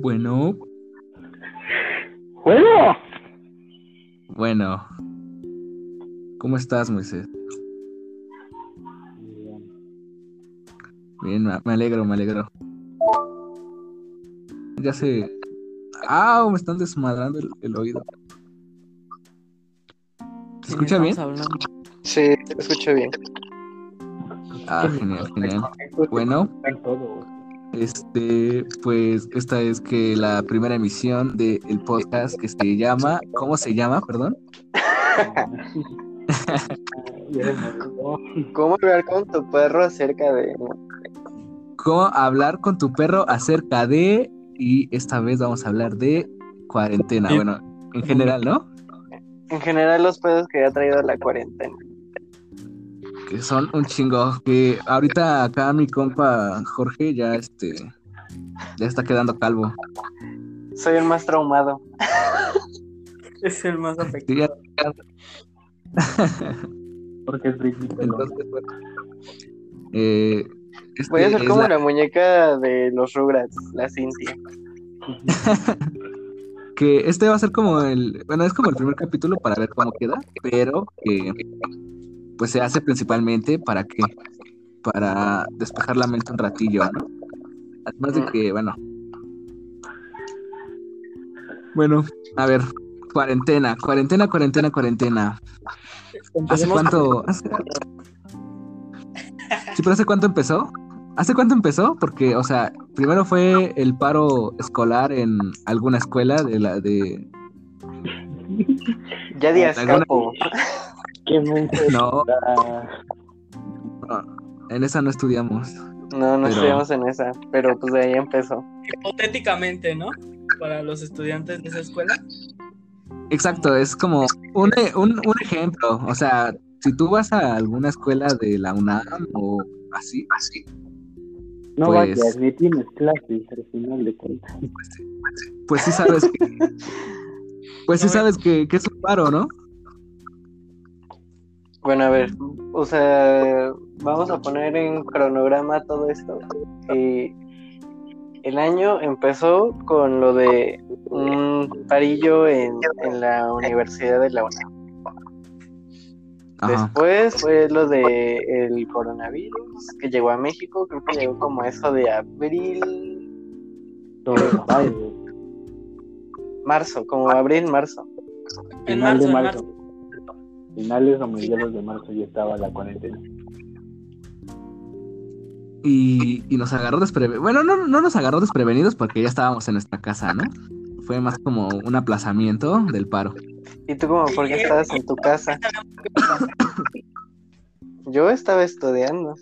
Bueno, Bueno, bueno. ¿Cómo estás, Moisés? Bien, me alegro, me alegro. Ya sé. ¡Ah! Me están desmadrando el oído. ¿Se ¿Quién escucha estamos bien? hablando? Sí, te escucho bien. Ah, genial, genial. Bueno, todo. pues esta es que la primera emisión del podcast que se llama, ¿cómo se llama? Perdón. Ya se me olvidó. ¿Cómo hablar con tu perro acerca de...? ¿Cómo hablar con tu perro acerca de? Y esta vez vamos a hablar de cuarentena. Bueno, en general, ¿no? En general, los pedos que ha traído la cuarentena. Que son un chingo. Que ahorita acá mi compa Jorge ya está quedando calvo. Soy el más traumado. Es el más Sí, afectado. Porque es Britney Pelón. entonces, bueno, eh, Voy a ser es como la la muñeca de los Rugrats, la Cintia. que este va a ser como bueno, es como el primer capítulo para ver cómo queda, pero que pues se hace principalmente para despejar la mente un ratillo, ¿no? Además de que, bueno, a ver, cuarentena. ¿Hace Empecemos cuánto? Sí, pero ¿hace cuánto empezó? ¿Hace cuánto empezó? Porque, o sea, primero fue el paro escolar en alguna escuela Ya de alguna. Azcapo. ¿Qué mente No, está? no, en esa no estudiamos. No, no Pero, estuvimos en esa, pero pues de ahí empezó. hipotéticamente, ¿no? Para los estudiantes de esa escuela. exacto, es como un ejemplo. O sea, si tú vas a alguna escuela de la UNAM o así, No pues, vayas, ni tienes clases al final de cuentas. pues sí sabes que es un paro, ¿no? Bueno, a ver, o sea, vamos a poner en cronograma todo esto. El año empezó con lo de un parillo en la Universidad de la UNAM. Ajá. Después fue lo de el coronavirus que llegó a México, creo que llegó como eso de abril, Todo marzo, como abril, marzo. En Final de marzo. marzo. Finales o mediados de marzo ya estaba la cuarentena. Y nos agarró desprevenidos. Bueno, no nos agarró desprevenidos porque ya estábamos en nuestra casa, ¿no? Fue más como un aplazamiento del paro. ¿Y tú como por qué estabas en tu casa? Yo estaba estudiando.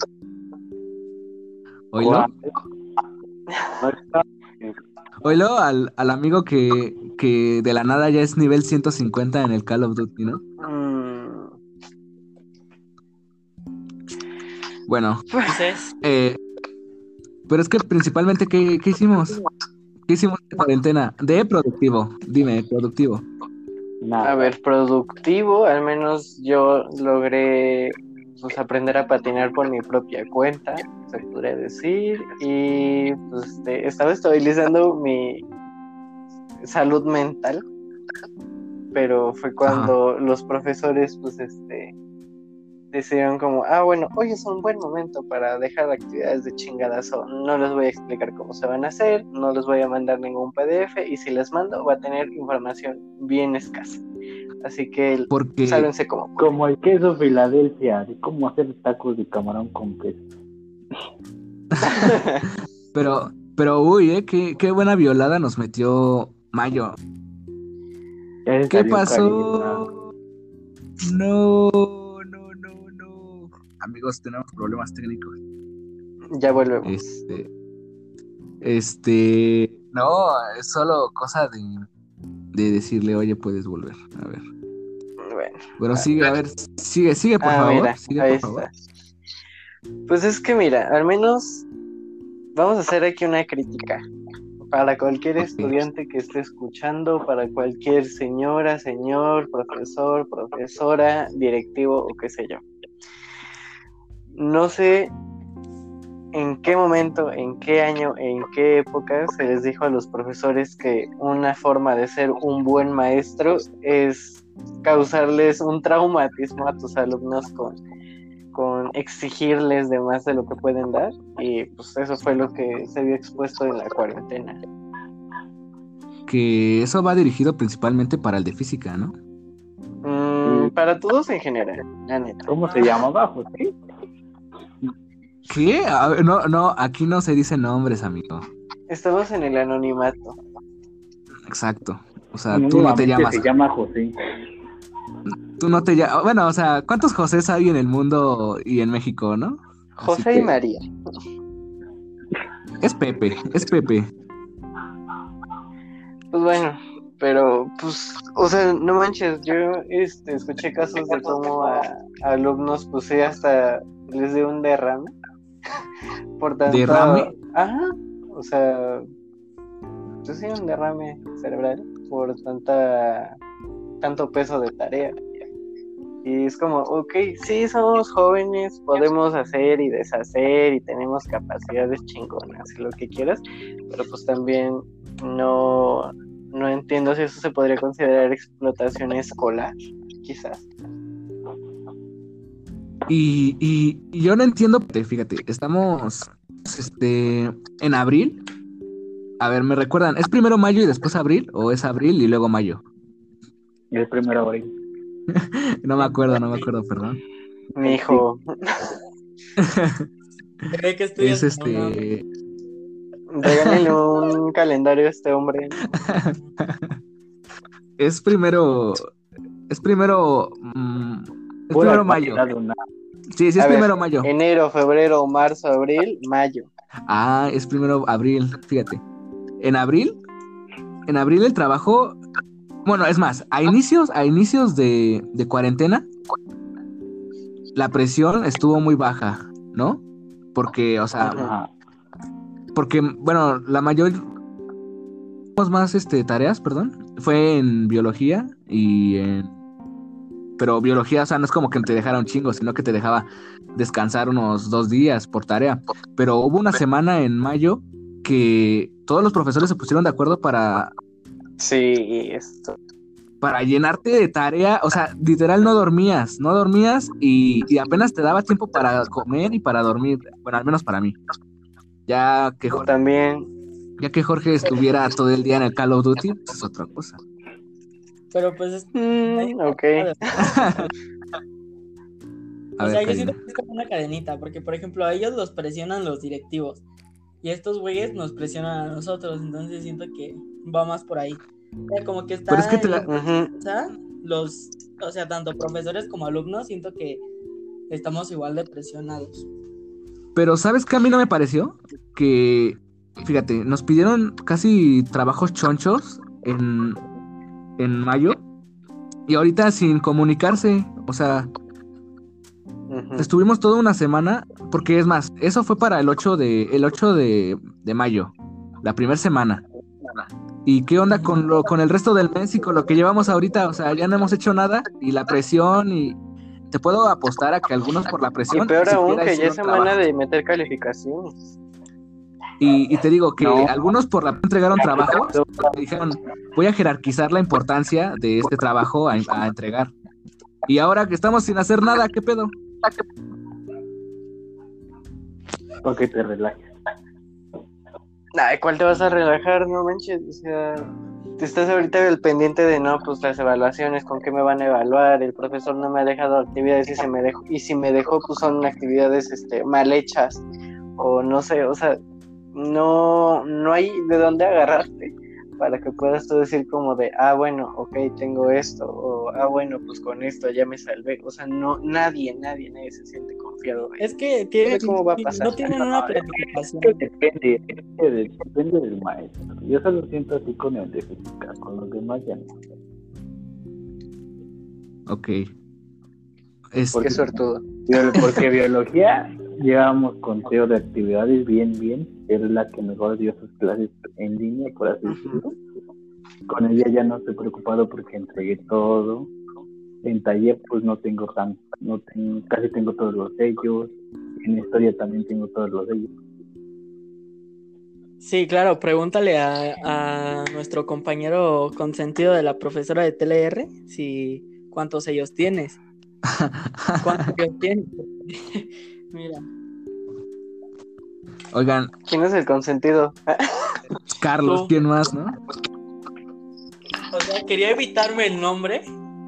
Oílo, No está- oílo al amigo que de la nada ya es nivel 150 en el Call of Duty, ¿no? Mm, Bueno, Entonces, pero es que principalmente, ¿qué hicimos? ¿Qué hicimos en cuarentena? De productivo, dime, productivo. Nada. a ver, productivo, al menos yo logré pues aprender a patinar por mi propia cuenta, se podría decir, y pues estaba estabilizando mi salud mental, pero fue Ajá. cuando los profesores pues decidieron como, bueno, hoy es un buen momento para dejar actividades de chingadazo, no les voy a explicar cómo se van a hacer, no les voy a mandar ningún PDF, y si les mando va a tener información bien escasa, así que Porque, sálvense como pueden. Como el queso Filadelfia, de cómo hacer tacos de camarón con queso. pero uy, qué buena violada nos metió Mayo. Ya se ¿Qué salió Karina. pasó? No. Amigos, tenemos problemas técnicos. Ya volvemos. No, es solo cosa de decirle, oye, puedes volver. A ver. Bueno, sigue, a ver, sigue, por favor. Mira, Sigue, ahí por favor. está. Pues es que mira, al menos vamos a hacer aquí una crítica para cualquier Ok. estudiante que esté escuchando, para cualquier señora, señor, profesor, profesora, directivo o qué sé yo. No sé en qué momento, en qué año, en qué época se les dijo a los profesores que una forma de ser un buen maestro es causarles un traumatismo a tus alumnos con exigirles de más de lo que pueden dar, y pues eso fue lo que se vio expuesto en la cuarentena. Que eso va dirigido principalmente para el de física, ¿no? Para todos en general, la neta. ¿Cómo se llamaba, José? ¿Qué? A ver, no, aquí no se dicen nombres, amigo. Estamos en el anonimato. Exacto. O sea, tú no te Anónimamente llamas. se llama José. Tú no te llamas. Bueno, o sea, ¿cuántos Josés hay en el mundo y en México, no? Así José y que María. es Pepe, es Pepe. Pues bueno, pero pues, o sea, no manches, yo escuché casos de cómo a alumnos pues sí hasta les dio un derrame por tanto, ¿Derrame? ajá, o sea, pues sí, un derrame cerebral por tanto peso de tarea. Y es como, ok, sí, somos jóvenes, podemos hacer y deshacer y tenemos capacidades chingonas y lo que quieras, pero pues también no entiendo si eso se podría considerar explotación escolar, quizás. Y yo no entiendo, fíjate, estamos en abril. A ver, ¿me recuerdan? ¿Es primero mayo y después abril? ¿O es abril y luego mayo? El primero de abril. No me acuerdo, perdón. Mi hijo, Se ve que Es estudias en una- regálenle un calendario a este hombre. es primero, es primero, es Pura primero mayo. calidad una. Sí, es A ver, primero mayo. enero, febrero, marzo, abril, mayo. Ah, es primero abril, fíjate. En abril el trabajo, bueno, es más, a inicios de cuarentena, la presión estuvo muy baja, ¿no? Porque, o sea, Ajá. porque, bueno, la mayor más tareas, perdón, fue en biología pero biología, o sea, no es como que te dejara un chingo, sino que te dejaba descansar unos 2 días por tarea. Pero hubo una semana en mayo que todos los profesores se pusieron de acuerdo Sí, esto. para llenarte de tarea, o sea, literal no dormías y apenas te daba tiempo para comer y para dormir, bueno, al menos para mí. Ya que Jorge, También, ya que Jorge estuviera todo el día en el Call of Duty, pues es otra cosa. Pero pues es... ok. A O ver, sea, yo Karina. siento que es como una cadenita, porque por ejemplo a ellos los presionan los directivos y estos güeyes nos presionan a nosotros, entonces siento que va más por ahí. O sea, como que Pero es está que o sea, tanto profesores como alumnos, siento que estamos igual de presionados. Pero ¿sabes qué a mí no me pareció? Que, fíjate, nos pidieron casi trabajos chonchos en mayo y ahorita sin comunicarse, o sea, estuvimos toda una semana, porque es más, eso fue para el 8 de mayo, la primera semana. ¿Y qué onda con el resto del mes y con lo que llevamos ahorita? O sea, ya no hemos hecho nada y la presión y te puedo apostar a que algunos por la Y presión peor ni aún siquiera que ya hicieron es semana trabajo. de meter calificaciones. Y te digo que No. algunos por la entregaron trabajos, dijeron, voy a jerarquizar la importancia de este trabajo a entregar. Y ahora que estamos sin hacer nada, ¿qué pedo? Para que te relajes. Ay, ¿cuál te vas a relajar? No manches, o sea, te estás ahorita al pendiente de no, pues las evaluaciones, con qué me van a evaluar, el profesor no me ha dejado actividades y si me dejó, pues son actividades mal hechas, o no sé, o sea, no hay de dónde agarrarte para que puedas tú decir como de, bueno, ok, tengo esto, o bueno, pues con esto ya me salvé, o sea, nadie se siente confiado. Es que No sé cómo va a pasar. no tienen una planificación. Depende del maestro. Yo solo siento así con el de física, con los demás ya no. Ok. Qué suertudo. Porque biología llevamos conteo de actividades bien, es la que mejor dio sus clases en línea, por así decirlo. Con ella ya no estoy preocupado porque entregué todo. En taller pues casi tengo todos los sellos. en historia también tengo todos los de ellos. Sí, claro, pregúntale a nuestro compañero consentido de la profesora de TLR si cuántos ellos tienes. ¿Cuántos ellos tienes? Mira. Oigan, ¿Quién es el consentido? Carlos, Tú. ¿quién más, no? O sea, quería evitarme el nombre.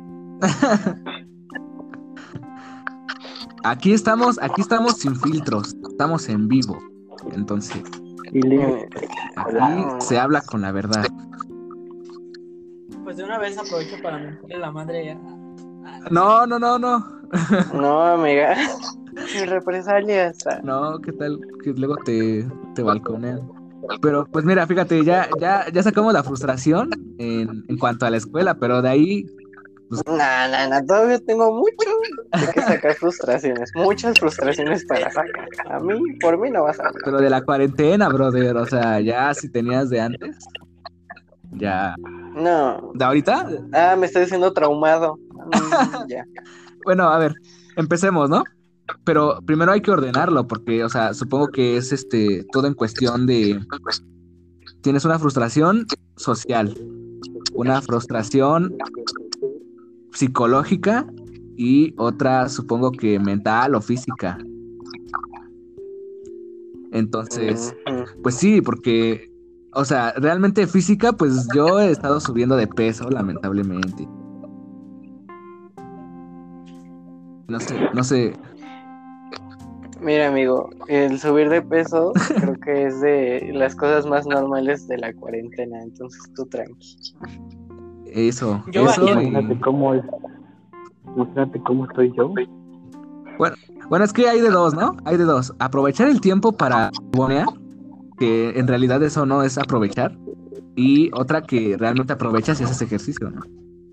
Aquí estamos sin filtros, estamos en vivo. Entonces, Y libre. aquí se habla con la verdad. Pues de una vez aprovecho para mentirle la madre a... No. No, amiga. Sin represalias. No, ¿qué tal? Que luego te balconean. Pero pues mira, fíjate, ya sacamos la frustración en cuanto a la escuela, pero de ahí, No, todavía tengo mucho de que sacar frustraciones, muchas frustraciones para sacar. Por mí no vas a hablar. pero de la cuarentena, brother, o sea, ya si tenías de antes, ya. No. ¿De ahorita? Me estoy diciendo traumado. Ya. Bueno, a ver, empecemos, ¿no? Pero primero hay que ordenarlo, porque, o sea, supongo que es todo en cuestión de. Tienes una frustración social, una frustración psicológica y otra, supongo que mental o física. Entonces, pues sí, porque, o sea, realmente física, pues yo he estado subiendo de peso, lamentablemente. No sé. Mira, amigo, el subir de peso creo que es de las cosas más normales de la cuarentena, entonces tú tranqui. Eso. Imagínate cómo es. Imagínate cómo estoy yo. Bueno, es que hay de dos, ¿no? Hay de dos. Aprovechar el tiempo para bonear, que en realidad eso no es aprovechar. Y otra que realmente aprovechas y haces ejercicio, ¿no?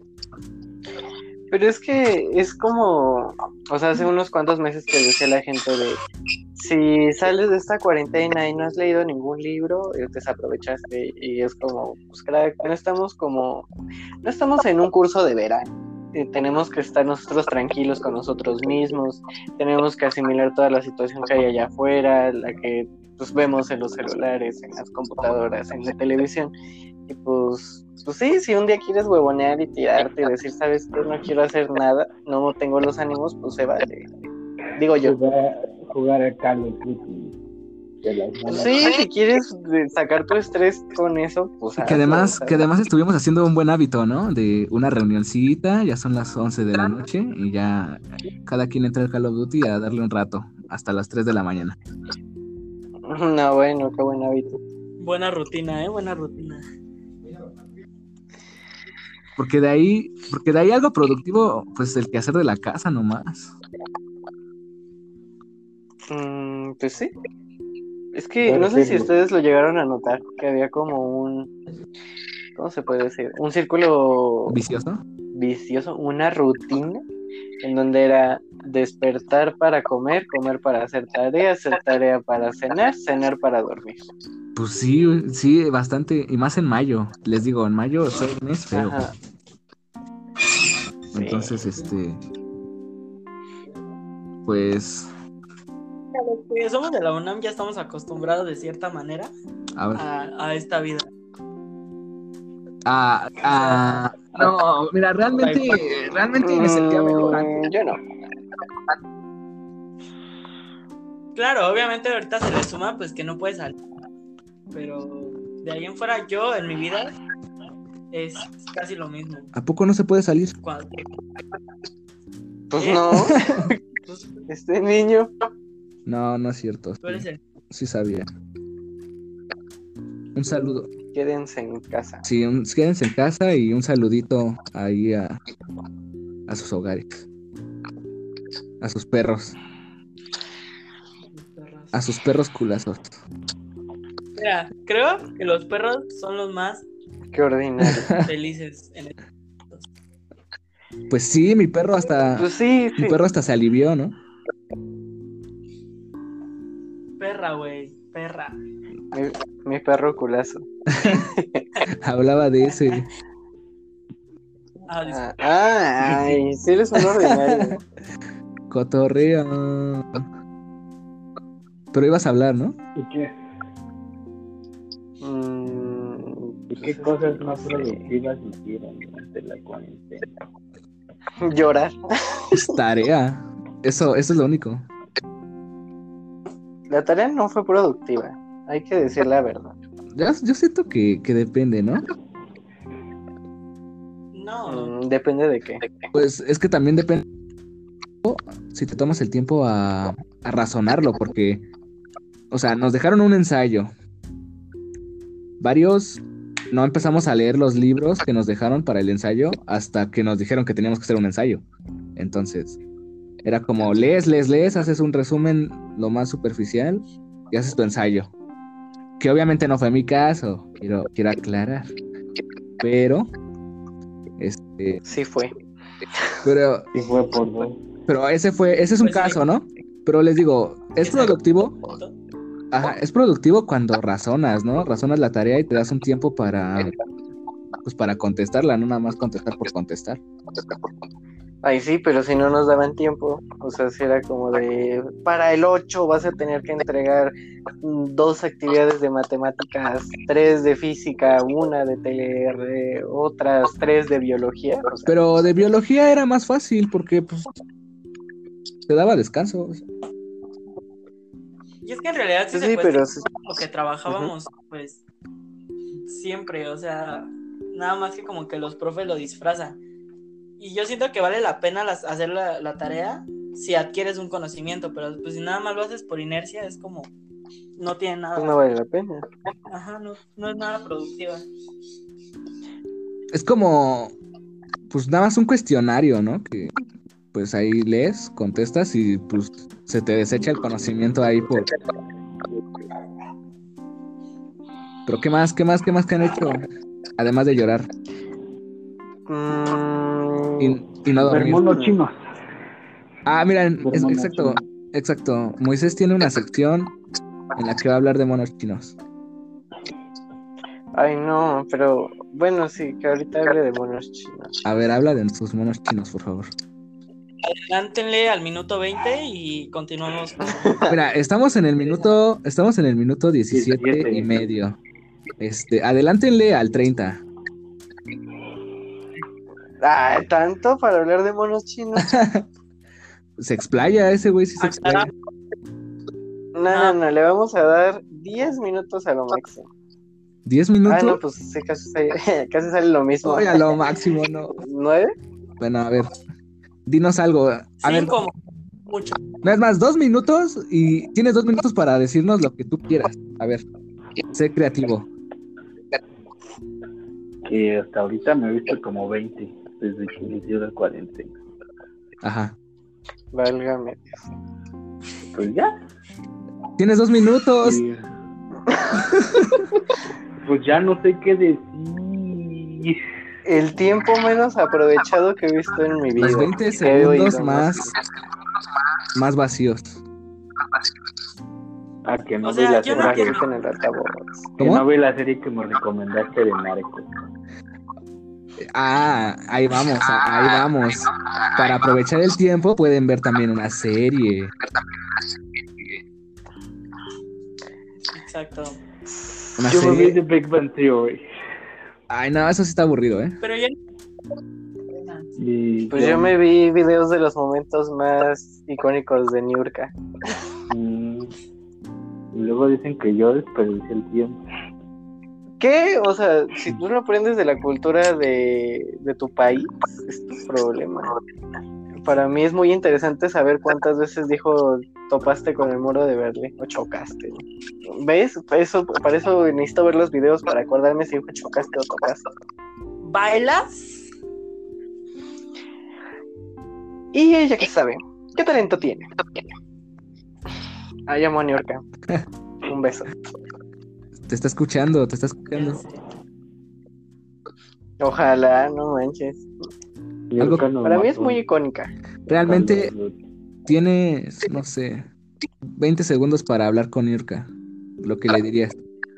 Pero es que es como, o sea, hace unos cuantos meses que decía la gente de, si sales de esta cuarentena y no has leído ningún libro, desaprovechaste. Y es como, pues crack, no estamos en un curso de verano. Tenemos que estar nosotros tranquilos con nosotros mismos, tenemos que asimilar toda la situación que hay allá afuera, la que pues vemos en los celulares, en las computadoras, en la televisión. Y pues sí, si un día quieres huevonear y tirarte y decir, ¿sabes qué? No quiero hacer nada, no tengo los ánimos, pues se vale. Digo yo. Jugar a Call of Duty. Pues sí, si quieres sacar tu estrés con eso, pues que además estuvimos haciendo un buen hábito, ¿no? De una reunioncita, ya son las 11 de la noche y ya cada quien entra al Call of Duty a darle un rato, hasta las 3 de la mañana. No, bueno, qué buen hábito. Buena rutina, buena rutina. Porque de ahí algo productivo, pues el quehacer de la casa nomás. Pues sí. Es que no sé si ustedes lo llegaron a notar, que había como ¿cómo se puede decir? Un círculo vicioso, una rutina en donde era despertar para comer, comer para hacer tarea para cenar, cenar para dormir. Pues sí, bastante, y más en mayo. Les digo, en mayo es un mes feo. Ajá. Entonces, pues... Somos de la UNAM, ya estamos acostumbrados de cierta manera a esta vida. No, mira, realmente me sentía mejor antes. Yo no. Claro, obviamente ahorita se le suma pues que no puedes salir. Pero de ahí en fuera yo en mi vida es casi lo mismo. ¿A poco no se puede salir? Pues no. Este niño. No es cierto. Sí sabía. Un saludo. Quédense en casa. Sí, quédense en casa y un saludito ahí a sus hogares. A sus perros. A sus perros culazos. Mira, creo que los perros son los más felices en el... Pues sí, mi perro hasta... Pues sí. Mi perro hasta se alivió, ¿no? Perra, güey, perra. Mi perro culazo. Hablaba de ese. Ay, sí eres un ordinario. Cotorreo. Pero ibas a hablar, ¿no? ¿Y qué? ¿Y Pues qué es cosas que no más sé. productivas hicieron durante la cuarentena? Llorar. Pues tarea. Eso es lo único. La tarea no fue productiva, hay que decir la verdad. Yo siento que depende, ¿no? No, Depende de qué. Pues es que también depende si te tomas el tiempo a razonarlo, porque, o sea, nos dejaron un ensayo. Varios no empezamos a leer los libros que nos dejaron para el ensayo hasta que nos dijeron que teníamos que hacer un ensayo. Entonces, era como lees, haces un resumen lo más superficial y haces tu ensayo. Que obviamente no fue mi caso, quiero aclarar. Pero, Sí fue. pero, Sí fue por dos. pero ese es un Pues sí. caso, ¿no? Pero les digo, es productivo. Ajá, es productivo cuando razonas, ¿no? Razonas la tarea y te das un tiempo pues para contestarla, no nada más contestar por contestar. Ay, sí, pero si no nos daban tiempo, o sea, si era como de, para el 8 vas a tener que entregar 2 actividades de matemáticas, 3 de física, una de TLR, otras 3 de biología, o sea, Pero de biología era más fácil porque pues, te daba descanso. y es que en realidad sí pues se sí, pero cuestiona lo que trabajábamos, pues, siempre, o sea, nada más que como que los profes lo disfrazan. Y yo siento que vale la pena hacer la tarea si adquieres un conocimiento, pero pues si nada más lo haces por inercia, es como, no tiene pues no nada, vale la pena. ajá, no es nada productiva. Es como, pues nada más un cuestionario, ¿no? Que pues ahí lees, contestas y pues se te desecha el conocimiento ahí por... Pero ¿qué han hecho? Además de llorar Mm, y no Ver dormir. monos chinos. Ah, miren, Ver monos exacto, chinos. exacto. Moisés tiene una sección en la que va a hablar de monos chinos. ay, no, pero bueno, sí, que ahorita hable de monos chinos. A ver, habla de sus monos chinos, por favor. Adelántenle al minuto 20 y continuamos con... Mira, estamos en el minuto 17 y medio. Adelántenle al 30. Ah, ¿tanto para hablar de monos chinos? Se explaya ese güey, sí se explaya. No, le vamos a dar 10 minutos a lo máximo. 10 Ah, minutos. no, pues sí, casi sale lo mismo. Oye, a lo máximo, no. ¿9? Bueno, a ver, dinos algo. A ver, 5, mucho. no es más, 2 minutos y tienes 2 minutos para decirnos lo que tú quieras. A ver, sé creativo. Que hasta ahorita me he visto como 20 desde que inició la cuarentena. Ajá. Válgame. Pues ya. Tienes 2 minutos. Sí. Pues ya no sé qué decir. El tiempo menos aprovechado que he visto en mi vida. Los 20 Que he segundos oído, más vacíos. Ah, que no O vi sea, la yo serie no que, quiero- en el altavoz. que ¿Cómo? no vi la serie que me recomendaste de Narcos. Ah, ahí vamos, ahí vamos. Para aprovechar el tiempo pueden ver también una serie. Exacto. Una Yo me vi serie. The Big Bang Theory. Ay, no, eso sí está aburrido, ¿eh? Pero ya... Y Pues yo me vi videos de los momentos más icónicos de Niurka. Y luego dicen que yo desperdicié el tiempo. ¿Qué? O sea, si tú no aprendes de la cultura de tu país, es tu problema. Para mí es muy interesante saber cuántas veces dijo topaste con el muro de Berlín o chocaste. ¿Ves? Para eso necesito ver los videos para acordarme si dijo chocaste o tocaste. ¿Bailas? Y ella que sabe, ¿qué talento tiene? Ah, llamo a Niurka. Un beso. Te está escuchando, te está escuchando. Ojalá, no manches. Algo- Para mí es muy icónica. Realmente tienes, no sé, 20 segundos para hablar con Yurka. Lo que le dirías.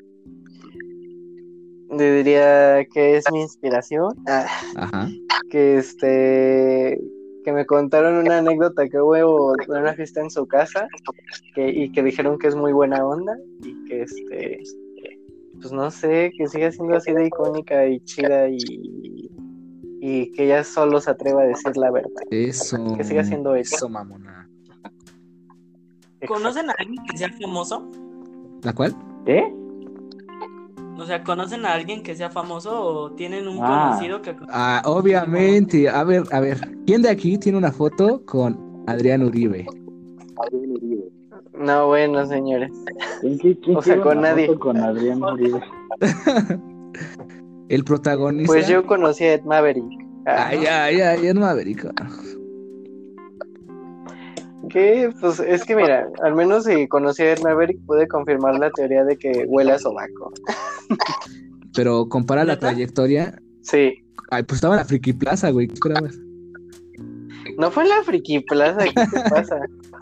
Le diría que es mi inspiración. Ajá. Que que me contaron una anécdota que hubo en una fiesta en su casa y que dijeron que es muy buena onda y que pues no sé, que siga siendo así de icónica y chida y que ella solo se atreva a decir la verdad. Eso. Que siga siendo ella. Eso, mamona. ¿Conocen a alguien que sea famoso? ¿La cuál? ¿Eh? O sea, ¿conocen a alguien que sea famoso o tienen un Ah. conocido que... Obviamente. A ver. ¿Quién de aquí tiene una foto con Adrián Uribe? No, bueno, señores. ¿Quién O sea, quiere con una nadie. foto con Adrián Uribe? El protagonista. Pues yo conocí a Ed Maverick. Ay, es Maverick. Que, pues es que mira, al menos si conocí a Ed Maverick pude confirmar la teoría de que huele a sobaco. Pero compara la ¿Neta? trayectoria. Sí. Ay, pues estaba en la Friki Plaza, güey. ¿Qué esperabas? No fue en la Friki Plaza, ¿qué te pasa?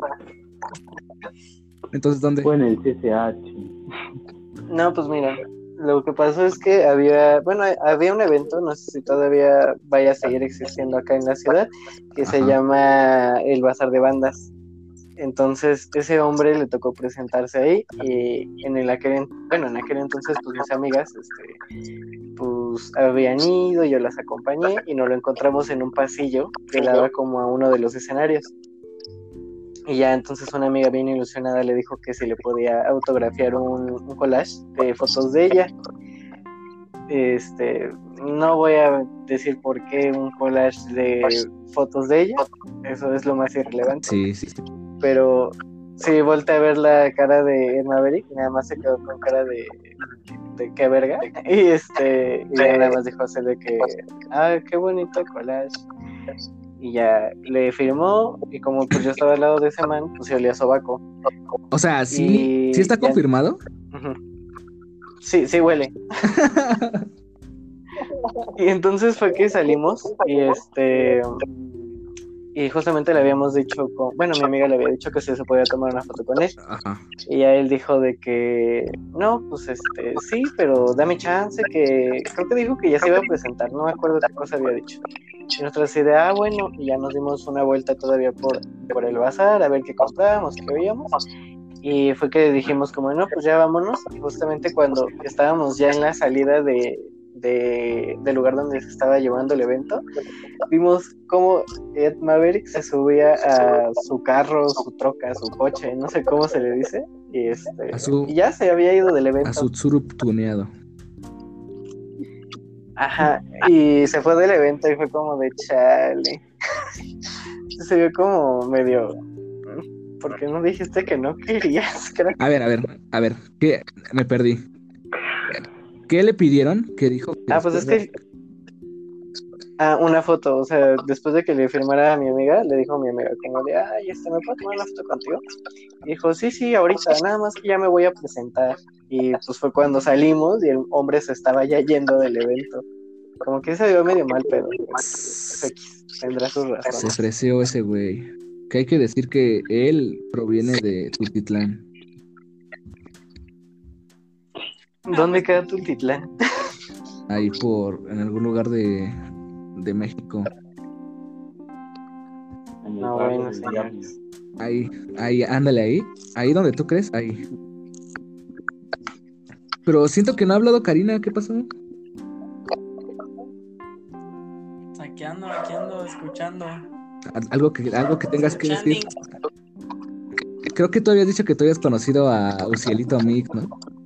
Entonces, ¿dónde? Fue en el CCH. No, pues mira, lo que pasó es que había un evento, no sé si todavía vaya a seguir existiendo acá en la ciudad, que se Ajá. llama el Bazar de Bandas. Entonces, ese hombre le tocó presentarse ahí y en aquel entonces, pues mis amigas, pues habían ido, yo las acompañé y nos lo encontramos en un pasillo que daba como a uno de los escenarios. Y ya entonces una amiga bien ilusionada le dijo que si le podía autografiar un collage de fotos de ella. No voy a decir por qué un collage de fotos de ella, eso es lo más irrelevante. Sí. Pero sí, volteé a ver la cara de Ed Maverick y nada más se quedó con cara de qué verga. Y ya nada más dijo así de que, qué bonito collage. Y ya le firmó y como pues yo estaba al lado de ese man, pues se olía a sobaco. O sea, ¿sí está ya... confirmado? Uh-huh. Sí huele. Y entonces fue que salimos y justamente le habíamos dicho mi amiga le había dicho que se podía tomar una foto con él. Ajá. Y ya él dijo de que no, pues sí, pero dame chance, que creo que dijo que ya se iba a presentar, no me acuerdo qué cosa había dicho. Y nosotros así de, bueno, y ya nos dimos una vuelta todavía por el bazar a ver qué comprábamos, qué veíamos. Y fue que dijimos como, no, pues ya vámonos. Y justamente cuando estábamos ya en la salida del lugar donde se estaba llevando el evento, vimos cómo Ed Maverick se subía a su carro, su troca, su coche, no sé cómo se le dice, y ya se había ido del evento. A su Tsurup tuneado. Ajá, y se fue del evento y fue como de chale. Se vio como medio... ¿Por qué no dijiste que no querías? A ver, ¿qué? Me perdí. ¿Qué le pidieron? ¿Qué dijo? Pues es que... una foto, o sea, después de que le firmara a mi amiga, le dijo a mi amiga como de, ¿me puedo tomar una foto contigo? Y dijo, sí, ahorita, nada más que ya me voy a presentar. Y pues fue cuando salimos y el hombre se estaba ya yendo del evento. Como que se vio medio mal pedo. Tendrá sus razones. Se ofreció ese güey. Que hay que decir que él proviene de Tultitlán. ¿Dónde queda Tultitlán? Ahí en algún lugar de México. No, bueno, señores. Ahí, ándale ahí donde tú crees, ahí. Pero siento que no ha hablado Karina, ¿qué pasó? Aquí ando escuchando. Algo que tengas que decir. Creo que tú habías dicho que tú habías conocido a Ucielito Mix, ¿no?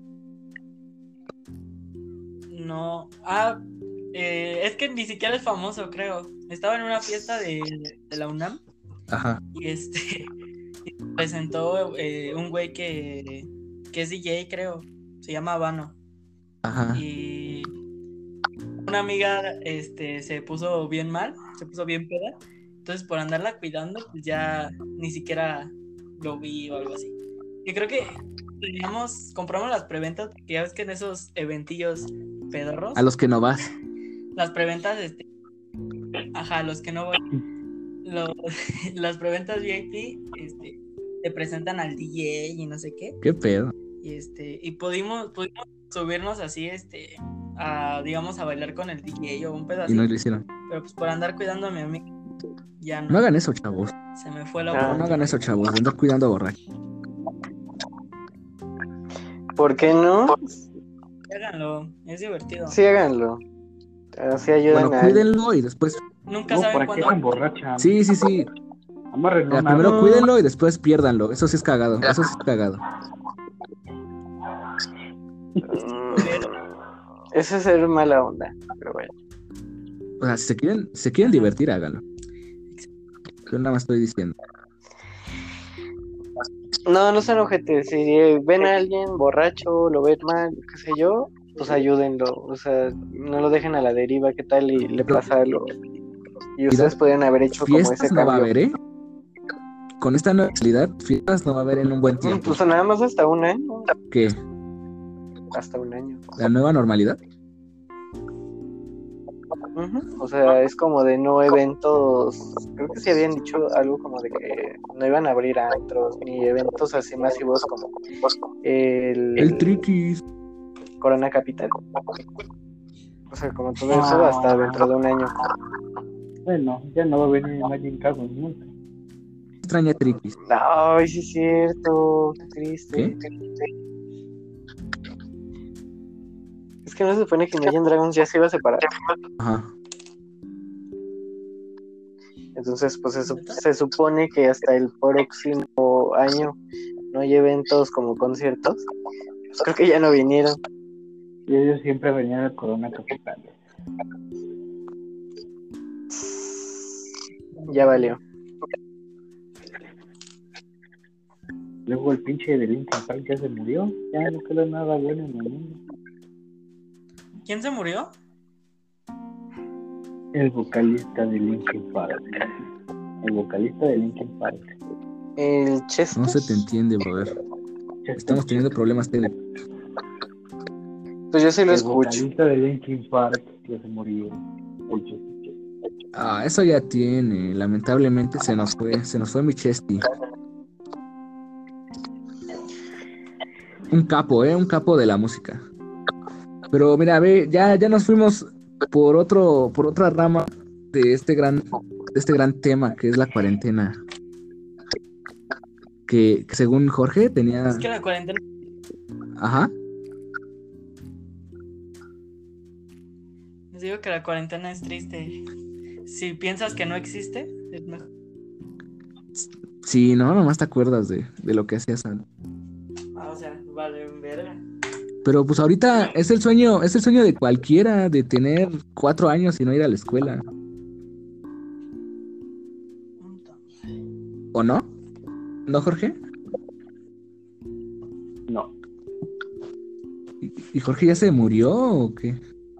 No. Es que ni siquiera es famoso, creo. Estaba en una fiesta de la UNAM. Ajá. Y presentó un güey que es DJ, creo. Se llama Vano. Ajá. Y una amiga se puso bien mal, se puso bien peda. Entonces por andarla cuidando, pues ya ni siquiera lo vi o algo así. Y creo que compramos las preventas, porque ya ves que en esos eventillos pedorros. A los que no vas. Las preventas, a los que no voy. Las preventas VIP, te presentan al DJ y no sé qué. ¿Qué pedo? Y pudimos subirnos así, digamos, a bailar con el DJ o un pedazo así. Y no lo hicieron. Pero pues por andar cuidando a mi amiga, Ya No no. hagan eso, chavos. Se me fue la Ah. No oportunidad. hagan eso, chavos. De andar cuidando a borracho. ¿Por qué no? Háganlo, es divertido. Sí, háganlo. Así ayudan Bueno, a alguien. cuídenlo y después. Nunca No, saben ¿para qué cuándo. se emborrachan? Sí. Amárrenlo Mira, una primero vez. cuídenlo y después piérdanlo. Eso sí es cagado. Eso sí es cagado. Eso es ser mala onda. Pero bueno. O sea, si se quieren Ajá. divertir, háganlo. Yo nada más estoy diciendo. No sean ojetes. Si ven a alguien borracho, lo ven mal, qué sé yo, pues ayúdenlo. O sea, no lo dejen a la deriva, ¿qué tal? Y le pasa algo. Y ustedes podrían haber hecho como ese Fiestas no va a cambio. haber, ¿eh? Con esta nueva realidad, fiestas no va a haber en un buen tiempo. Pues nada más hasta un año. ¿Qué? Hasta un año. ¿La nueva normalidad? Ujú. O sea, es como de no eventos. Creo que sí habían dicho algo como de que no iban a abrir antros ni eventos así masivos como El Triquis. Corona Capital. O sea, como todo eso hasta dentro de un año. Bueno, ya no va a venir Imagine Dragons nunca. Extraña Triquis. Ay, sí es cierto. Qué triste. ¿Qué? Es que no se supone que Imagine Dragons ya se iba a separar. Ajá. Entonces, pues se supone que hasta el próximo año no hay eventos como conciertos. Pues creo que ya no vinieron. Y ellos siempre venían al Corona Capital. Ya valió. Luego el pinche de Linkin Park ya se murió. Ya no queda nada bueno en el mundo. ¿Quién se murió? El vocalista de Linkin Park. El vocalista de Linkin Park. El Chester. No se te entiende, brother. Estamos teniendo problemas técnicos. Pues yo sí lo El escucho. vocalista de Linkin Park ya se murió. El Chester. Ah, eso ya tiene. Lamentablemente se nos fue mi Chesty. Un capo, un capo de la música. Pero mira, ve, ya nos fuimos por otra rama de este gran tema que es la cuarentena. Que según Jorge tenía. Es que la cuarentena. Ajá. Les digo que la cuarentena es triste. Si piensas que no existe, es mejor. Sí, no, nomás te acuerdas de lo que hacías antes. O sea, vale, verga. Pero pues ahorita es el sueño de cualquiera de tener 4 años y no ir a la escuela. ¿O no? ¿No, Jorge? No. ¿Y Jorge ya se murió o qué?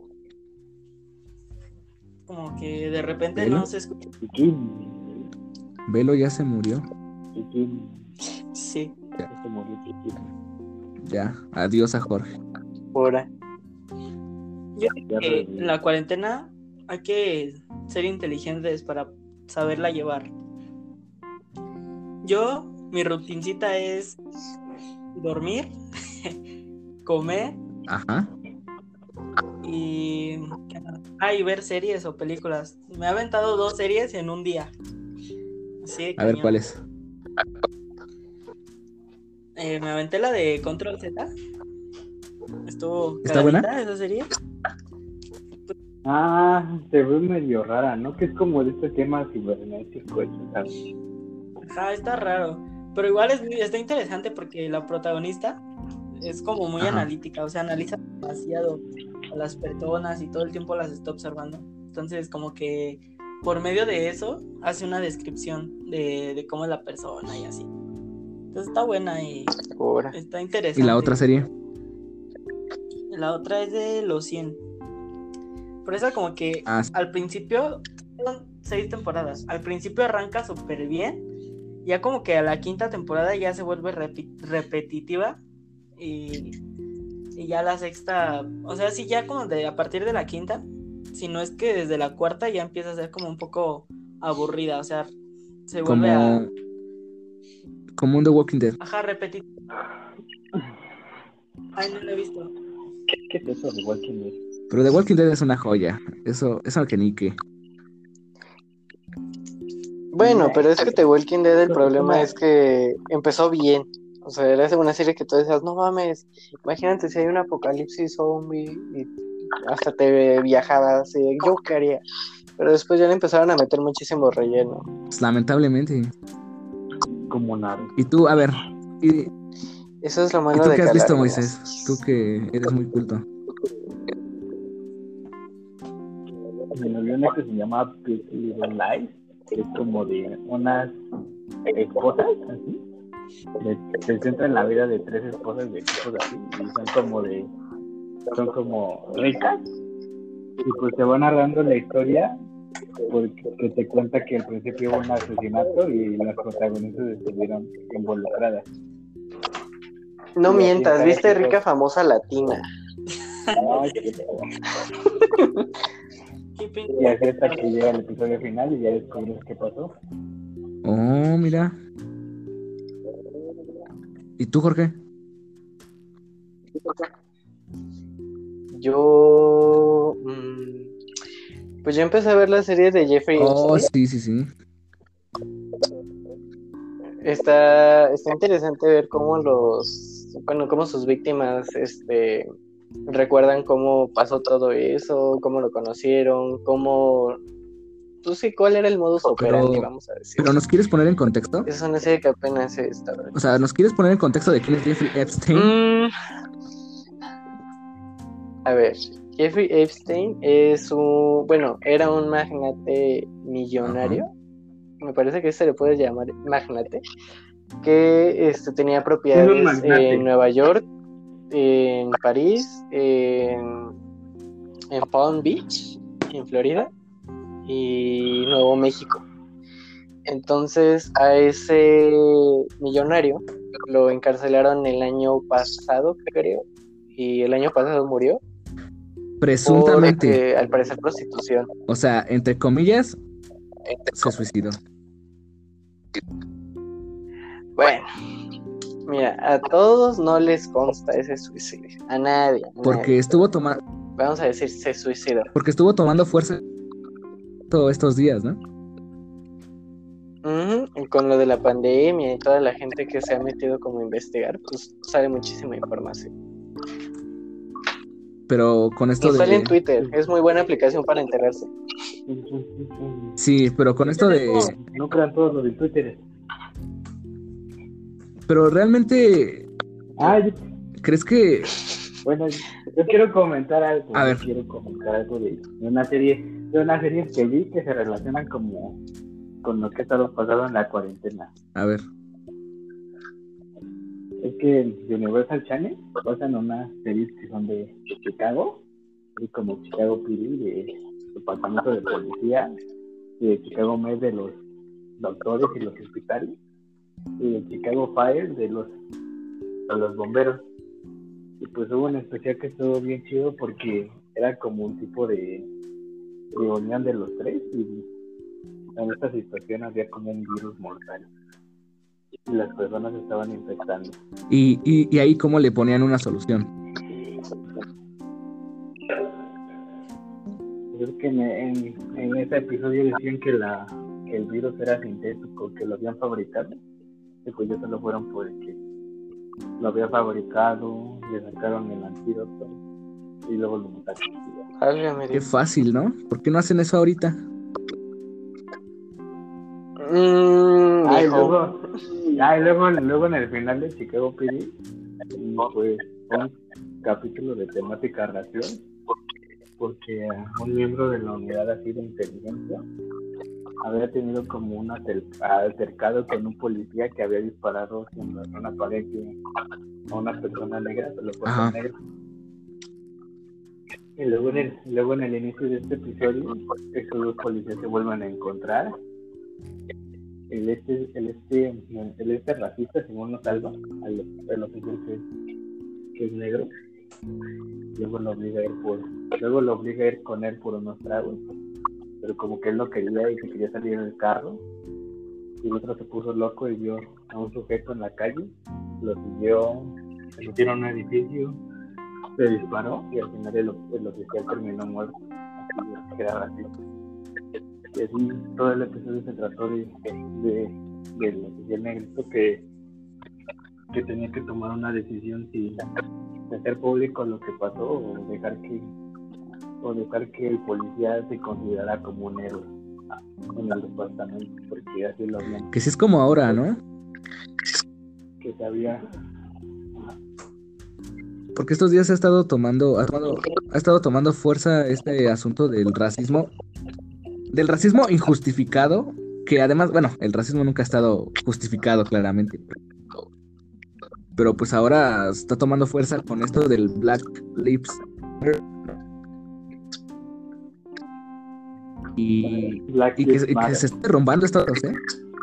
Como que de repente ¿Velo? no se escucha. Chiquín. Velo ya se murió. Chiquín. Sí. Ya se murió Chiquín. Ya, adiós a Jorge. Ahora. Yo creo Ya que reviví. la cuarentena hay que ser inteligentes para saberla llevar. Mi rutincita es dormir, comer Ajá. y ver series o películas. Me he aventado 2 series en un día. Así de A ver, cañón. ¿cuál es? Me aventé la de Control Z. Estuvo ¿Está buena? cagadita esa serie. Se ve medio rara, ¿no? Que es como de este tema cibernético, ¿sabes? Ajá, está raro. Pero igual está interesante porque la protagonista es como muy Ajá. analítica, o sea, analiza demasiado a las personas y todo el tiempo las está observando. Entonces, como que por medio de eso hace una descripción de cómo es la persona y así. Entonces está buena y Ahora. está interesante. ¿Y la otra serie? La otra es de los 100. Por eso como que Sí. al principio son 6 temporadas. Al principio arranca súper bien. Ya como que a la 5ª temporada ya se vuelve repetitiva. Y ya la 6ª, o sea, sí, ya como a partir de la 5ª, si no es que desde la 4ª ya empieza a ser como un poco aburrida. O sea, se vuelve Como un The Walking Dead. Ajá, repetitiva. Ay, no lo he visto. ¿Qué es eso de Walking Dead? Pero The Walking Dead es una joya. Eso que ni qué. Bueno, pero es que The Walking Dead el problema es que empezó bien. O sea, era una serie que tú decías, no mames, imagínate si hay un apocalipsis zombie y hasta te viajabas así, yo qué haría. Pero después ya le empezaron a meter muchísimo relleno. Pues, lamentablemente. Como Naruto. Y tú, a ver, ¿y Eso es lo malo tú de qué has visto, calarnos. Moisés? Tú que eres muy culto. Me vi una que se llama Big Little Lies, que es como de unas esposas, así. Se centra en la vida de 3 esposas de equipos así, y son como ricas, y pues te va narrando la historia, porque te cuenta que al principio hubo un asesinato y las protagonistas estuvieron involucradas. No Y así mientas, cada viste episodio- Rica Famosa Latina. Ay, y así hasta que llega el episodio final y ya descubres qué pasó. Oh, mira. ¿Y tú, Jorge? Yo... pues yo empecé a ver la serie de Jeffrey Oh, Epstein. sí. Está interesante ver cómo cómo sus víctimas, recuerdan cómo pasó todo eso, cómo lo conocieron, pues sí, cuál era el modus operandi, vamos a decir. Pero ¿nos quieres poner en contexto? Esa es una serie que apenas se está. O sea, ¿nos quieres poner en contexto de quién es Jeffrey Epstein? A ver, Jeffrey Epstein era un magnate millonario. Ajá. Me parece que se le puede llamar magnate, que tenía propiedades en Nueva York, en París, en Palm Beach, en Florida, y Nuevo México. Entonces a ese millonario lo encarcelaron el año pasado, creo, y el año pasado murió. Presuntamente. Al parecer prostitución. O sea, entre comillas, se suicidó. Bueno, mira, a todos no les consta ese suicidio. A nadie. Porque estuvo tomando. Vamos a decir, se suicidó. Porque estuvo tomando fuerza todos estos días, ¿no? Y con lo de la pandemia y toda la gente que se ha metido como a investigar, pues sale muchísima información. Pero con esto y sale en Twitter, es muy buena aplicación para enterarse. Sí, pero con esto de... No crean todos los de Twitter. Pero realmente... ¿Crees que...? Bueno, yo quiero comentar algo. A ver. Quiero comentar algo de una serie que vi que se relacionan como con lo que ha estado pasando en la cuarentena. A ver. Es que Universal Channel pasan unas series que son de Chicago, y como Chicago PD de departamento de policía, y de Chicago Med de los doctores y los hospitales, y de Chicago Fire de los bomberos. Y pues hubo un especial que estuvo bien chido porque era como un tipo de reunión de los tres, y en esta situación había como un virus mortal y las personas estaban infectando. ¿Y ahí cómo le ponían una solución? Creo que en ese episodio decían que el virus era sintético, que lo habían fabricado, y pues ya solo fueron porque lo había fabricado, le sacaron el antídoto y luego lo mataron. Qué fácil, ¿no? ¿Por qué no hacen eso ahorita? Luego en el final de Chicago PD, pues un capítulo de temática racial, porque un miembro de la unidad así de inteligencia había tenido como un altercado con un policía que había disparado en una pared a una persona negra, pero fue negro. Y luego en el inicio de este episodio, esos dos policías se vuelven a encontrar. El racista, según nos salva al oficial que es negro. Luego lo obliga a ir con él por unos tragos, pero como que él no quería y se quería salir en el carro, y el otro se puso loco y vio a un sujeto en la calle, lo siguió, se metieron a un edificio, se disparó y al final el oficial terminó muerto. Así que era racista. Y así todo el episodio se trató del oficial negrito que tenía que tomar una decisión si hacer público lo que pasó o dejar que el policía se considerara como un héroe en el departamento, porque así lo habían, Que sí es como ahora, ¿no? que sabía. Porque estos días ha estado tomando fuerza este asunto del racismo injustificado, que además, bueno, el racismo nunca ha estado justificado claramente, pero pues ahora está tomando fuerza con esto del Black Lives Matter y que se esté derrumbando Estados Unidos,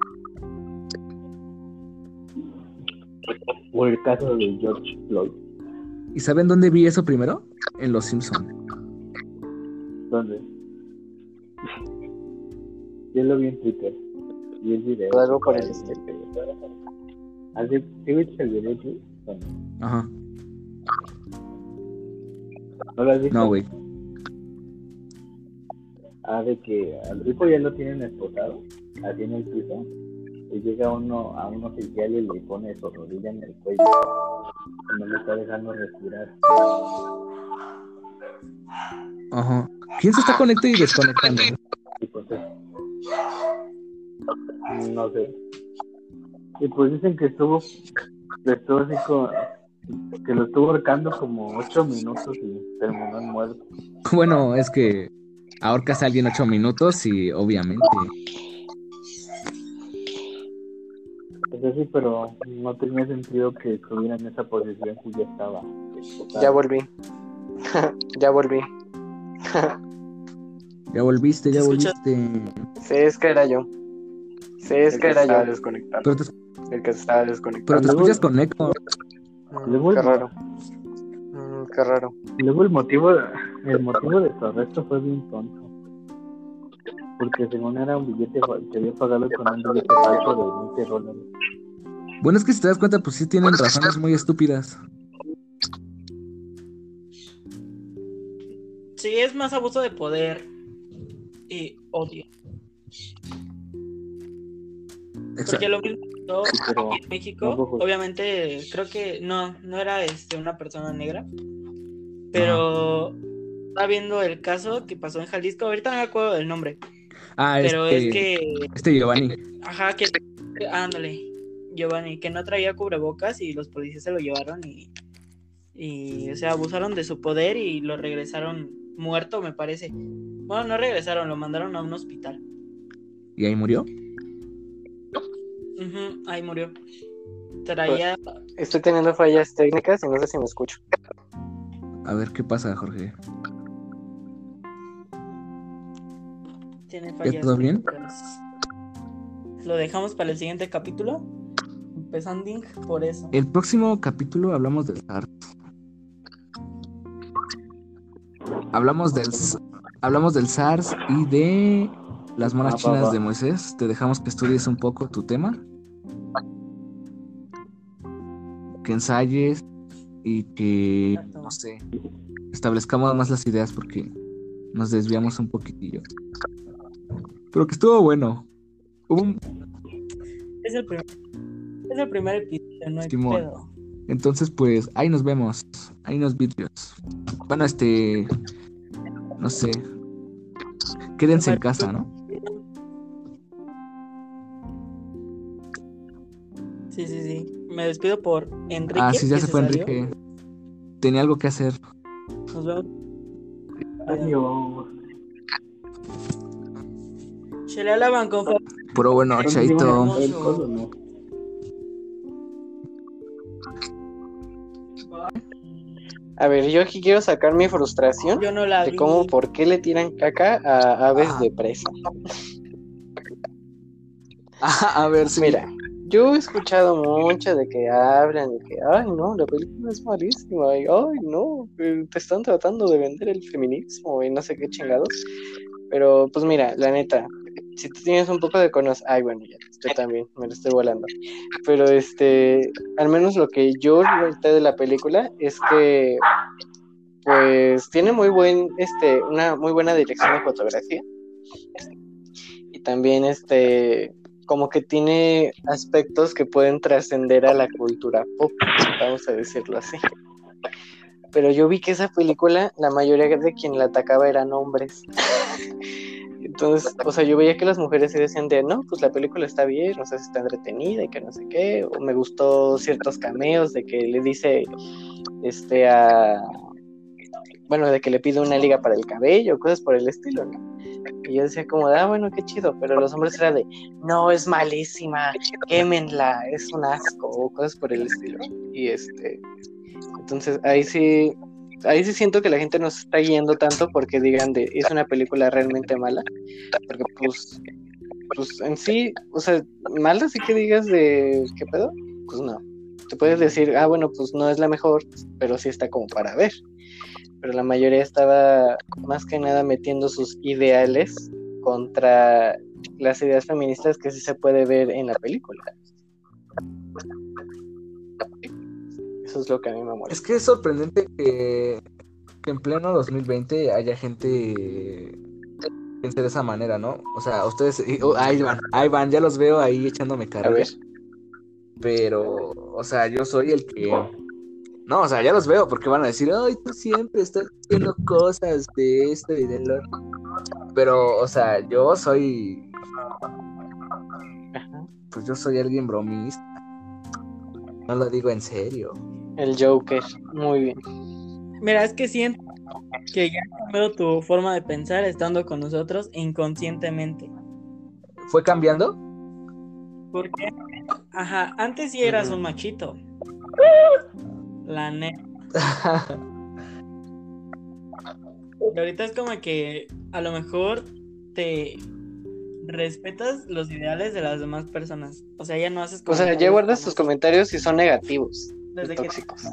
O el caso de George Floyd. ¿Y saben dónde vi eso primero? En Los Simpson. ¿Dónde? Yo lo vi en Twitter. Y el video. Algo por el estilo. ¿Sí viste el video? ¿Dónde? Ajá. ¿No lo has visto? No, güey. De que al tipo ya lo tienen esposado, así en el piso, y llega a un oficial y le pone su rodilla en el cuello, y no le está dejando respirar. Ajá. ¿Quién se está conectando y desconectando? Y pues no sé. Y pues dicen que estuvo así que lo estuvo ahorcando como 8 minutos y terminó en muerto. Bueno, es que ahorcas a alguien 8 minutos y obviamente. Pues sí, pero no tenía sentido que estuviera en esa posición que ya estaba esposado. Ya volví. Ya volví. Ya volviste, ya ¿Te escuchas? volviste. Sí, es que era yo. Sí, es que era yo. Desconectado. Pero te, El que estaba pero desconectado. te escuchas con eco. Luego Qué raro. Qué raro. Luego el motivo de su arresto fue bien tonto. Porque según era un billete que había pagado con un billete falso de $20. Bueno, es que si te das cuenta, pues sí tienen razones muy estúpidas. Sí, es más abuso de poder y odio. Porque lo mismo pasó pero aquí en México, no, pues, obviamente creo que no era una persona negra, pero estaba viendo el caso que pasó en Jalisco, ahorita no me acuerdo del nombre, pero es que, Giovanni. ajá, que ándale, Giovanni, que no traía cubrebocas y los policías se lo llevaron y o sea, abusaron de su poder y lo regresaron muerto, me parece. Bueno, no regresaron, lo mandaron a un hospital. ¿Y ahí murió? Ahí murió. Traía... Estoy teniendo fallas técnicas y no sé si me escucho. A ver, ¿qué pasa, Jorge? Tiene fallas. ¿Todo bien? Lo dejamos para el siguiente capítulo. Empezando por eso. El próximo capítulo hablamos del SARS. Hablamos del SARS y de las monas chinas de Moisés. Te dejamos que estudies un poco tu tema, que ensayes y que, no sé, establezcamos más las ideas porque nos desviamos un poquitillo. Pero que estuvo bueno. Es el primer episodio, no hay pedo. Entonces, pues, ahí nos vemos. Ahí nos vidrios. Bueno, no sé. Quédense en casa, ¿no? Sí. Me despido por Enrique. Ah, sí, ya se fue Enrique. Tenía algo que hacer. Nos vemos. Adiós. Se le alaban con favor. Pero bueno, chaito. A ver, yo aquí quiero sacar mi frustración Yo no la de vi. cómo, por qué le tiran caca a aves de presa. A ver, sí. Mira, yo he escuchado mucho de que hablan de que, ay, no, la película es malísima, y ay, no, te están tratando de vender el feminismo y no sé qué chingados. Pero, pues mira, la neta, si tú tienes un poco de conocimiento, ay, bueno, ya, yo también, me lo estoy volando. Pero, al menos lo que yo noté de la película es que, pues, tiene muy una muy buena dirección de fotografía. también como que tiene aspectos que pueden trascender a la cultura pop, vamos a decirlo así. Pero yo vi que esa película, la mayoría de quien la atacaba eran hombres. Entonces, o sea, yo veía que las mujeres sí decían no, pues la película está bien, o sea, está entretenida y que no sé qué, o me gustó ciertos cameos de que le dice, bueno, de que le pide una liga para el cabello, cosas por el estilo, ¿no? Y yo decía como bueno, qué chido, pero los hombres era no, es malísima, quémenla, es un asco, o cosas por el estilo. Y entonces ahí sí siento que la gente no se está guiando tanto porque digan es una película realmente mala, porque pues en sí, o sea, mala sí que digas ¿qué pedo? Pues no. Te puedes decir, bueno, pues no es la mejor, pero sí está como para ver. Pero la mayoría estaba más que nada metiendo sus ideales contra las ideas feministas que sí se puede ver en la película. Eso es lo que a mí me molesta. Es que es sorprendente que en pleno 2020 haya gente que piense de esa manera, ¿no? O sea, ustedes, ahí van, ya los veo ahí echándome carrera. A ver. Pero, o sea, yo soy el que... No, o sea, ya los veo porque van a decir, ay, tú siempre estás haciendo cosas de esto y del otro. Pero, o sea, yo soy... Pues yo soy alguien bromista. No lo digo en serio. El Joker, muy bien. Mira, es que siento que ya has cambiado tu forma de pensar estando con nosotros inconscientemente. ¿Fue cambiando? Porque, antes sí eras un machito. La neta. Y ahorita es como que a lo mejor te respetas los ideales de las demás personas. O sea, ya no haces comentarios. O sea, ya guardas tus comentarios si son negativos. Desde tóxicos.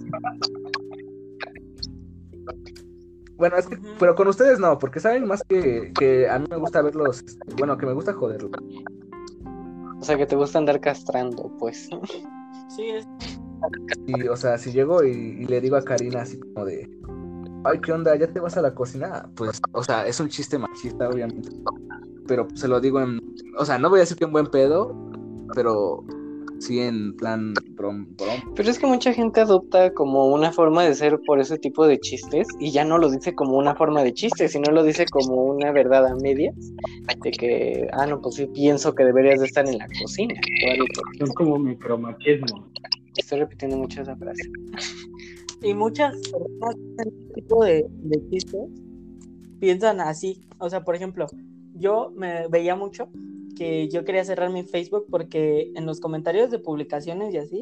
Bueno, es que, pero con ustedes no, porque saben más que a mí me gusta verlos, bueno, que me gusta joderlos. O sea, que te gusta andar castrando, pues. Sí, es. Y, o sea, si llego y le digo a Karina así como de, ay, ¿qué onda? ¿Ya te vas a la cocina? Pues, o sea, es un chiste machista, obviamente. Pero se lo digo o sea, no voy a decir que en buen pedo, pero sí en plan brom. Pero es que mucha gente adopta como una forma de ser por ese tipo de chistes y ya no lo dice como una forma de chiste, sino lo dice como una verdad a medias de que, no, pues sí pienso que deberías de estar en la cocina. Son como micromachismo. Estoy repitiendo mucho esa frase. Y muchas personas en este tipo de chistes piensan así. O sea, por ejemplo, yo me veía mucho que yo quería cerrar mi Facebook porque en los comentarios de publicaciones y así,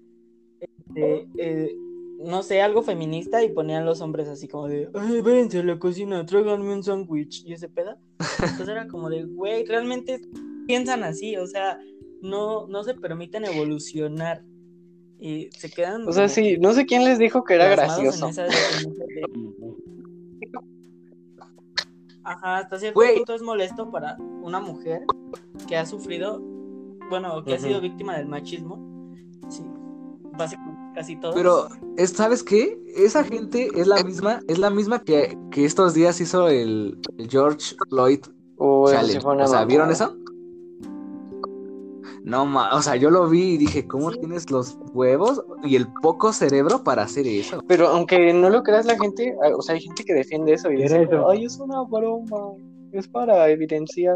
no sé, algo feminista y ponían los hombres así como de, ay, vénse a la cocina, tráiganme un sándwich y ese pedo. Entonces era como de, güey, realmente piensan así, o sea, no se permiten evolucionar y se quedan. O sea, sí, no sé quién les dijo que era gracioso. Hasta cierto punto es molesto para una mujer que ha sufrido, bueno, que ha sido víctima del machismo. Sí, básicamente casi todos. Pero, ¿sabes qué? Esa gente es la misma que estos días hizo el George Floyd Challenge. O sea, ¿vieron eso? No, o sea, yo lo vi y dije, ¿cómo tienes los huevos y el poco cerebro para hacer eso? Pero aunque no lo creas la gente, o sea, hay gente que defiende eso y dice, ay, es una broma, es para evidenciar.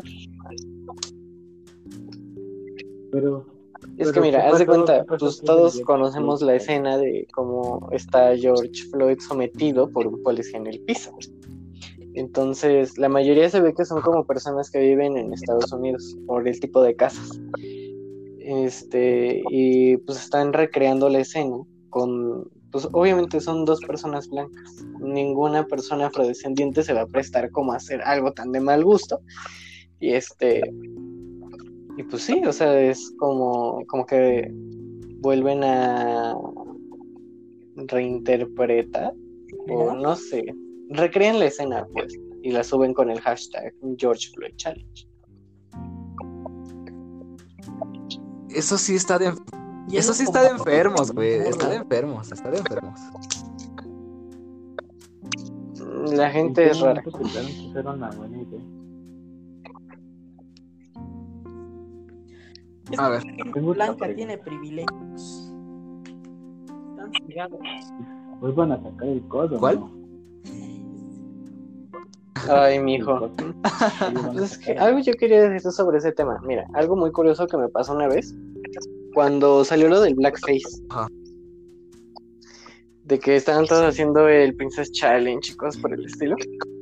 Es que mira, haz de cuenta, pues todos conocemos la escena de cómo está George Floyd sometido por un policía en el piso. Entonces, la mayoría se ve que son como personas que viven en Estados Unidos por el tipo de casas. Y pues están recreando la escena con, pues obviamente son dos personas blancas. Ninguna persona afrodescendiente se va a prestar como a hacer algo tan de mal gusto. Y pues sí, o sea, es como que vuelven a reinterpretar, o no sé, recrean la escena, pues, y la suben con el hashtag George Floyd Challenge. Eso sí está de enfermos, güey. Está de enfermos. La gente es rara. Es A que ver. la gente Tengo otra blanca pregunta. tiene privilegios. Están cegados. Pues van a sacar el codo, ¿Cuál? ¿no? Ay, El mijo. codo. Ellos van a Pues es que sacar. algo yo quería decir sobre ese tema. Mira, algo muy curioso que me pasó una vez cuando salió lo del blackface. Ajá. De que estaban todos haciendo el Princess Challenge y cosas por el estilo.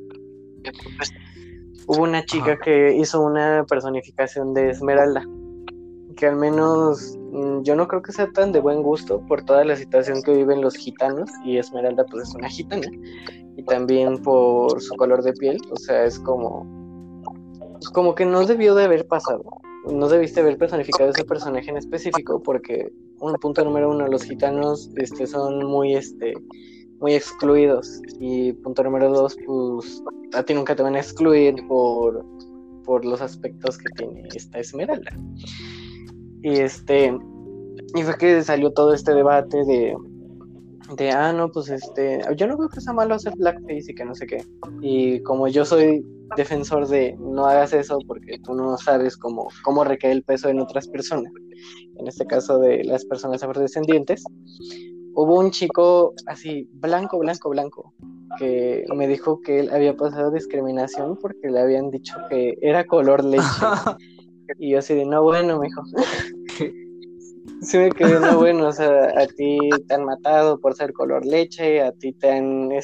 Hubo una chica Ajá. que hizo una personificación de Esmeralda, que al menos yo no creo que sea tan de buen gusto por toda la situación que viven los gitanos, y Esmeralda pues es una gitana, y también por su color de piel, o sea, es como que no debió de haber pasado. No debiste haber personificado ese personaje en específico porque, punto número uno, los gitanos son muy excluidos, y punto número dos, pues a ti nunca te van a excluir por los aspectos que tiene esta Esmeralda. Y fue que salió todo este debate de no, pues yo no creo que sea malo hacer blackface y que no sé qué. Y como yo soy defensor de no hagas eso porque tú no sabes cómo recae el peso en otras personas, en este caso de las personas afrodescendientes, hubo un chico así, blanco, que me dijo que él había pasado discriminación porque le habían dicho que era color leche. Y yo así de, no, bueno, mijo. Sí me quedé, no, bueno, o sea, a ti te han matado por ser color leche, a ti te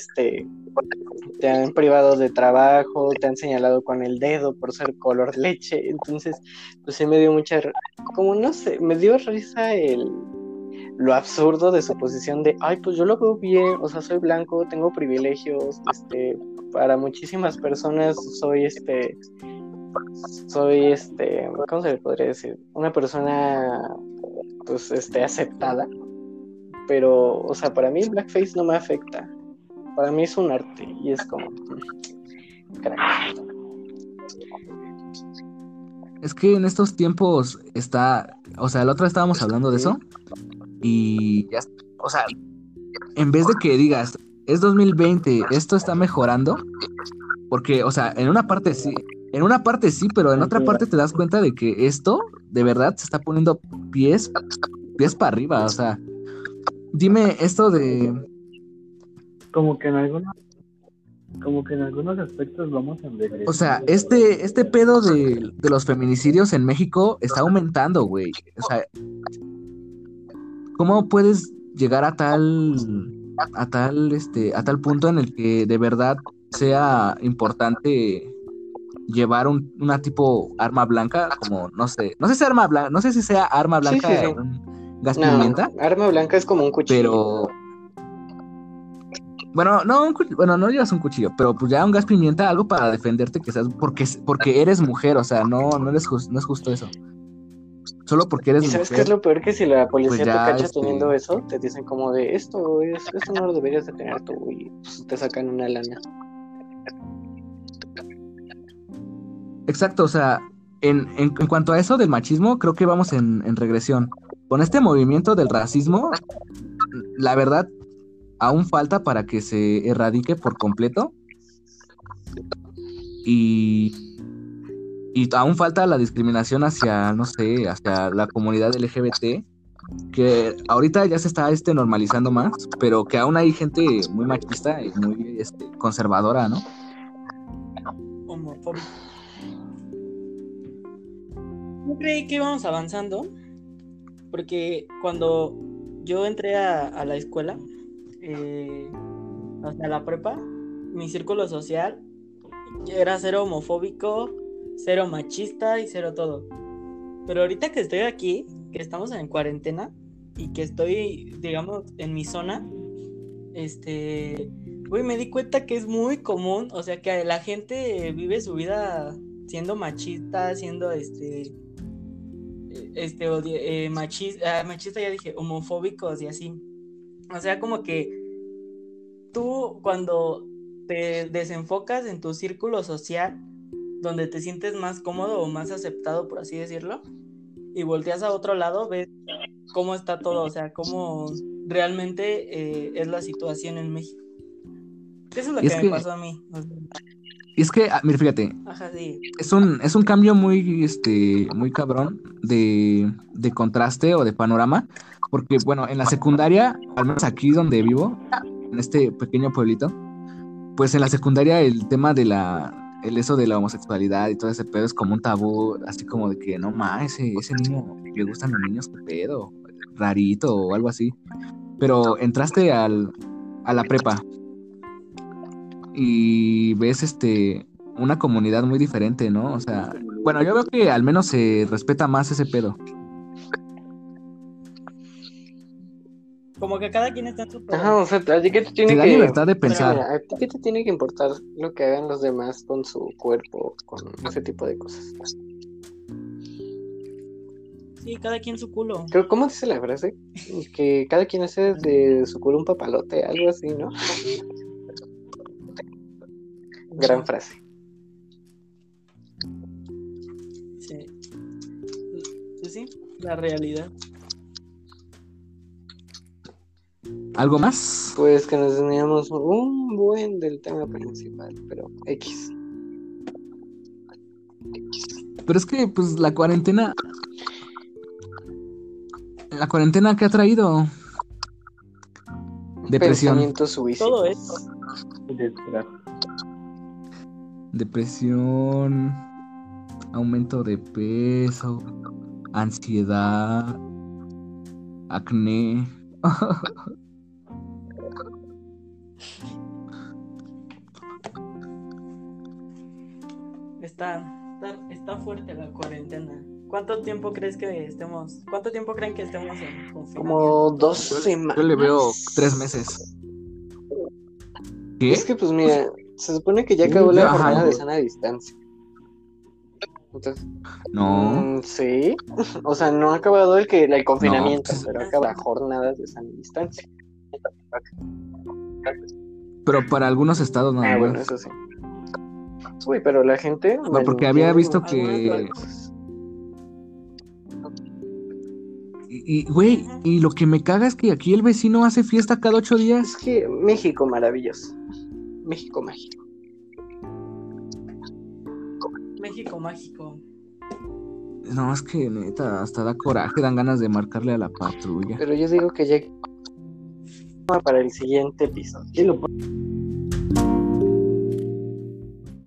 han privado de trabajo, te han señalado con el dedo por ser color leche. Entonces, pues sí me dio como no sé, me dio risa lo absurdo de su posición de, ay, pues yo lo veo bien, o sea, soy blanco, tengo privilegios, para muchísimas personas soy ¿cómo se le podría decir? Una persona, pues, aceptada, pero, o sea, para mí el blackface no me afecta, para mí es un arte, y es como, crack. Es que en estos tiempos o sea, la otra estábamos hablando de eso y ya, o sea, en vez de que digas, es 2020, esto está mejorando, porque, o sea, en una parte sí, pero en otra parte te das cuenta de que esto de verdad se está poniendo pies para arriba, o sea, dime esto de, Como que en algunos aspectos vamos a ver. o sea, este pedo de los feminicidios en México está aumentando, güey, o sea, ¿cómo puedes llegar a tal punto en el que de verdad sea importante llevar una tipo arma blanca, como no sé si arma blanca, no sé si sea arma Sí, sí, blanca sí. un gas No, pimienta, arma blanca es como un cuchillo. pero bueno, no llevas un cuchillo, pero pues ya un gas pimienta, algo para defenderte que seas, porque eres mujer, o sea, no es justo eso. Solo porque eres ¿Y sabes qué es mujer, lo peor? Que si la pues policía te ya cacha teniendo eso, te dicen como de esto no lo deberías de tener tú, y pues te sacan una lana. exacto, o sea, en cuanto a eso del machismo, creo que vamos en regresión. Con este movimiento del racismo, la verdad, aún falta para que se erradique por completo. Y aún falta la discriminación hacia, no sé, hacia la comunidad LGBT, que ahorita ya se está normalizando más, pero que aún hay gente muy machista y muy conservadora, ¿no? Homofóbico. Yo creí que íbamos avanzando, porque cuando yo entré a la escuela, hasta la prepa, mi círculo social era cero homofóbico, cero machista y cero todo. Pero ahorita que estoy aquí, que estamos en cuarentena y que estoy, digamos, en mi zona, güey, me di cuenta que es muy común, o sea, que la gente vive su vida siendo machista, siendo machista, ya dije, homofóbicos y así. O sea, como que tú cuando te desenfocas en tu círculo social, donde te sientes más cómodo o más aceptado, por así decirlo, y volteas a otro lado, ves cómo está todo, o sea, cómo realmente es la situación en México. Eso es lo Y que es me que pasó a mí. O sea, Y es que, mira, fíjate, Ajá, sí. es un cambio muy cabrón de contraste o de panorama, porque, bueno, en la secundaria, al menos aquí donde vivo, en este pequeño pueblito, pues en la secundaria el tema el eso de la homosexualidad y todo ese pedo es como un tabú, así como de que, no mames, ese niño, le gustan los niños, qué pedo, rarito o algo así. Pero entraste a la prepa y ves una comunidad muy diferente, ¿no? O sea, bueno, yo veo que al menos se respeta más ese pedo. Como que cada quien está en su Ajá, o sea, a ti que te Te tiene da que... libertad de Pero pensar. mira, a ti que te tiene que importar lo que hagan los demás con su cuerpo, con ese tipo de cosas. Sí, cada quien su culo. Pero ¿cómo dice la frase? Que cada quien hace de su culo un papalote, algo así, ¿no? Gran frase. Sí. Pues sí, la realidad. ¿Algo más? Pues que nos teníamos un buen del tema principal, pero X. Pero es que, pues, la cuarentena, ¿qué ha traído? Depresión. Pensamientos suicidas. Todo eso. Depresión, aumento de peso, ansiedad, acné. Está fuerte la cuarentena. ¿Cuánto tiempo creen que estemos en confinamiento? Como 2 semanas. Yo le veo 3 meses. ¿Qué? Es que pues mira, se supone que ya acabó la Ajá. jornada de sana distancia. Entonces, No. sí. O sea, no ha acabado el confinamiento, pues- pero acaba jornadas de sana distancia. Pero para algunos estados nada más. Bueno, eso sí. Uy, pero la gente... No, porque había visto que... algunas Güey, y lo que me caga es que aquí el vecino hace fiesta cada 8 días. Es que México maravilloso. México mágico. México mágico. No, es que neta, hasta da coraje, dan ganas de marcarle a la patrulla. Pero yo digo que ya para el siguiente episodio.